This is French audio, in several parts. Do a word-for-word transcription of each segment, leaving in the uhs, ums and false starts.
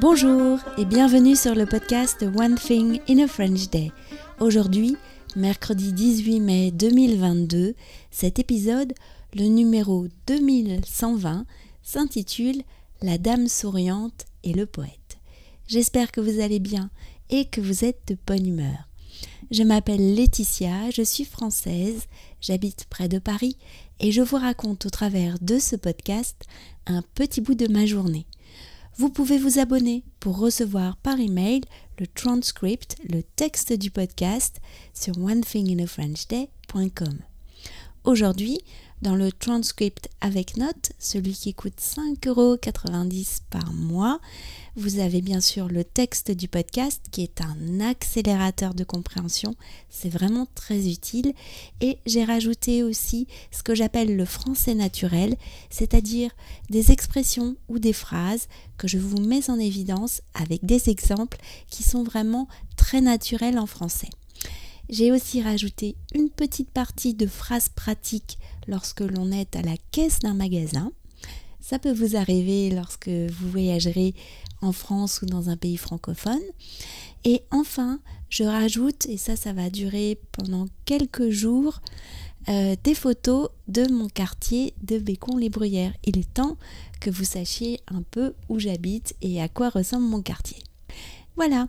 Bonjour et bienvenue sur le podcast One Thing in a French Day. Aujourd'hui, mercredi dix-huit mai deux mille vingt-deux, cet épisode, le numéro deux mille cent vingt, s'intitule « La dame souriante et le poète ». J'espère que vous allez bien et que vous êtes de bonne humeur. Je m'appelle Laetitia, je suis française, j'habite près de Paris et je vous raconte au travers de ce podcast un petit bout de ma journée. Vous pouvez vous abonner pour recevoir par email le transcript, le texte du podcast sur one thing in a french day point com. Aujourd'hui, dans le transcript avec notes, celui qui coûte cinq euros quatre-vingt-dix par mois, vous avez bien sûr le texte du podcast qui est un accélérateur de compréhension, c'est vraiment très utile. Et j'ai rajouté aussi ce que j'appelle le français naturel, c'est-à-dire des expressions ou des phrases que je vous mets en évidence avec des exemples qui sont vraiment très naturels en français. J'ai aussi rajouté une petite partie de phrases pratiques lorsque l'on est à la caisse d'un magasin. Ça peut vous arriver lorsque vous voyagerez en France ou dans un pays francophone. Et enfin, je rajoute, et ça, ça va durer pendant quelques jours, euh, des photos de mon quartier de Bécon-les-Bruyères. Il est temps que vous sachiez un peu où j'habite et à quoi ressemble mon quartier. Voilà,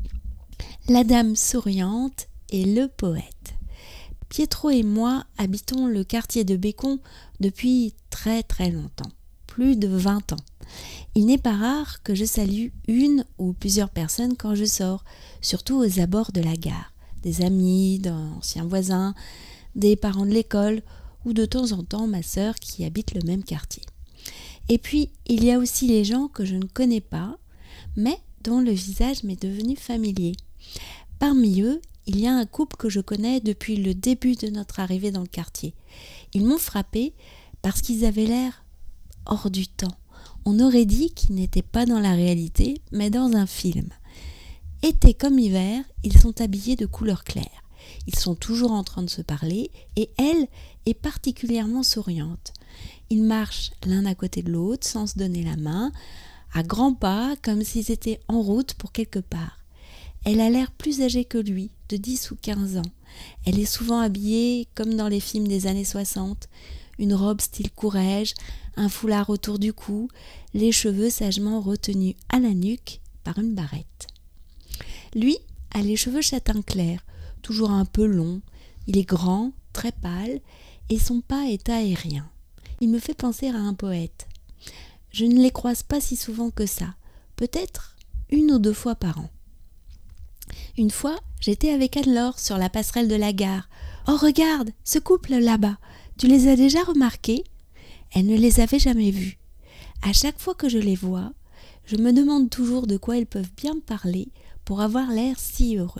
la dame souriante et le poète. Pietro et moi habitons le quartier de Bécon depuis très très longtemps, plus de vingt ans. Il n'est pas rare que je salue une ou plusieurs personnes quand je sors, surtout aux abords de la gare, des amis, d'anciens voisins, des parents de l'école ou de temps en temps ma sœur qui habite le même quartier. Et puis, il y a aussi les gens que je ne connais pas, mais dont le visage m'est devenu familier. Parmi eux, il y a un couple que je connais depuis le début de notre arrivée dans le quartier. Ils m'ont frappée parce qu'ils avaient l'air hors du temps. On aurait dit qu'ils n'étaient pas dans la réalité, mais dans un film. Été comme hiver, ils sont habillés de couleur claire. Ils sont toujours en train de se parler et elle est particulièrement souriante. Ils marchent l'un à côté de l'autre sans se donner la main, à grands pas, comme s'ils étaient en route pour quelque part. Elle a l'air plus âgée que lui, de dix ou quinze ans. Elle est souvent habillée comme dans les films des années soixante, une robe style courrèges, un foulard autour du cou, les cheveux sagement retenus à la nuque par une barrette. Lui a les cheveux châtain clair, toujours un peu longs. Il est grand, très pâle, et son pas est aérien. Il me fait penser à un poète. Je ne les croise pas si souvent que ça, peut-être une ou deux fois par an. Une fois, j'étais avec Anne-Laure sur la passerelle de la gare. « Oh, regarde, ce couple là-bas, tu les as déjà remarqués ?» Elle ne les avait jamais vus. À chaque fois que je les vois, je me demande toujours de quoi ils peuvent bien parler pour avoir l'air si heureux.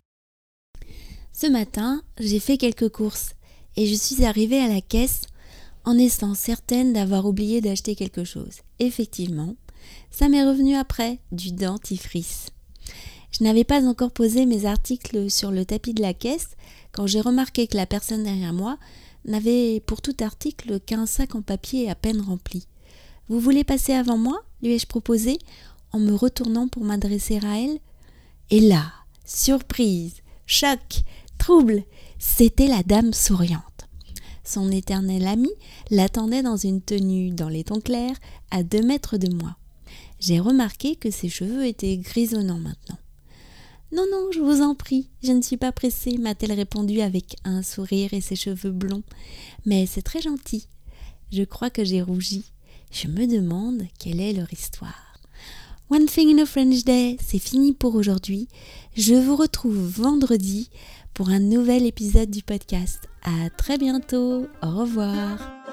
Ce matin, j'ai fait quelques courses et je suis arrivée à la caisse en étant certaine d'avoir oublié d'acheter quelque chose. Effectivement, ça m'est revenu après, du dentifrice. Je n'avais pas encore posé mes articles sur le tapis de la caisse quand j'ai remarqué que la personne derrière moi n'avait pour tout article qu'un sac en papier à peine rempli. « Vous voulez passer avant moi ?» lui ai-je proposé en me retournant pour m'adresser à elle. Et là, surprise, choc, trouble, c'était la dame souriante. Son éternel ami l'attendait dans une tenue dans les tons clairs à deux mètres de moi. J'ai remarqué que ses cheveux étaient grisonnants maintenant. « Non, non, je vous en prie, je ne suis pas pressée » m'a-t-elle répondu avec un sourire et ses cheveux blonds. « Mais c'est très gentil. » Je crois que j'ai rougi. Je me demande quelle est leur histoire. One Thing in a French Day, c'est fini pour aujourd'hui. Je vous retrouve vendredi pour un nouvel épisode du podcast. À très bientôt. Au revoir.